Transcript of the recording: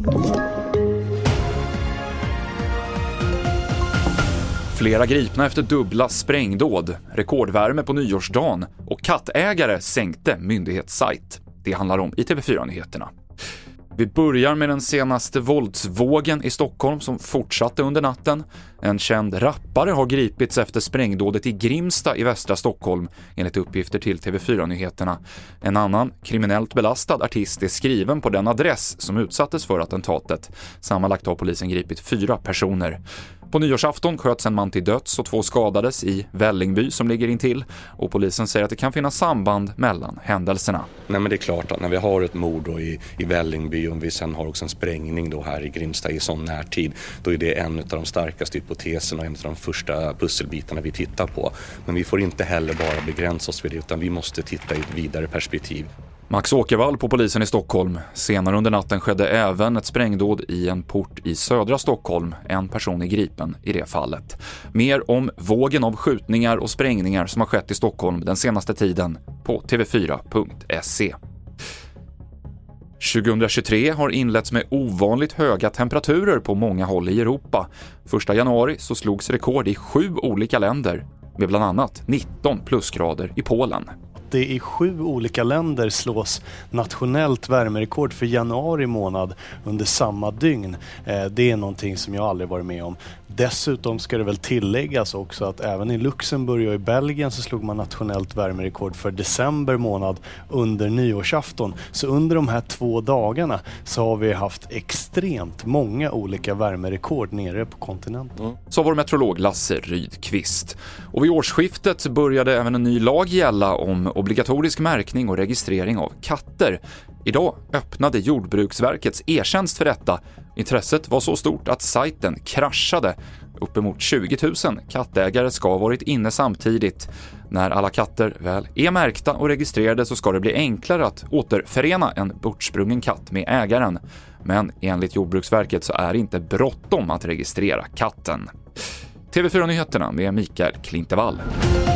Flera gripna efter dubbla sprängdåd, rekordvärme på nyårsdagen och kattägare sänkte myndighetssajt. Det handlar om i TV4-nyheterna. Vi börjar med den senaste våldsvågen i Stockholm som fortsatte under natten. En känd rappare har gripits efter sprängdådet i Grimsta i västra Stockholm, enligt uppgifter till TV4-nyheterna. En annan kriminellt belastad artist är skriven på den adress som utsattes för attentatet. Sammanlagt har polisen gripit 4 personer. På nyårsafton sköts en man till döds och 2 skadades i Vällingby som ligger intill, och polisen säger att det kan finnas samband mellan händelserna. Nej, men det är klart att när vi har ett mord då i Vällingby och vi sen har också en sprängning då här i Grimsta i sån närtid, då är det en av de starkaste hypoteserna och en av de första pusselbitarna vi tittar på. Men vi får inte heller bara begränsa oss vid det, utan vi måste titta i ett vidare perspektiv. Max Åkervall på polisen i Stockholm. Senare under natten skedde även ett sprängdåd i en port i södra Stockholm. En person är gripen i det fallet. Mer om vågen av skjutningar och sprängningar som har skett i Stockholm den senaste tiden på tv4.se. 2023 har inletts med ovanligt höga temperaturer på många håll i Europa. 1 januari så slogs rekord i 7 olika länder, med bland annat 19 plusgrader i Polen. Det i 7 olika länder slås nationellt värmerekord för januari månad under samma dygn. Det är någonting som jag aldrig varit med om. Dessutom ska det väl tilläggas också att även i Luxemburg och i Belgien så slog man nationellt värmerekord för december månad under nyårsafton. Så under de här 2 dagarna så har vi haft extremt många olika värmerekord nere på kontinenten. Så var meteorolog Lasse Rydqvist. Och vid årsskiftet började även en ny lag gälla om obligatorisk märkning och registrering av katter. Idag öppnade Jordbruksverkets e-tjänst för detta. Intresset var så stort att sajten kraschade. Uppemot 20 000 kattägare ska ha varit inne samtidigt. När alla katter väl är märkta och registrerade så ska det bli enklare att återförena en bortsprungen katt med ägaren. Men enligt Jordbruksverket så är det inte bråttom att registrera katten. TV4-nyheterna med Mikael Klintevall.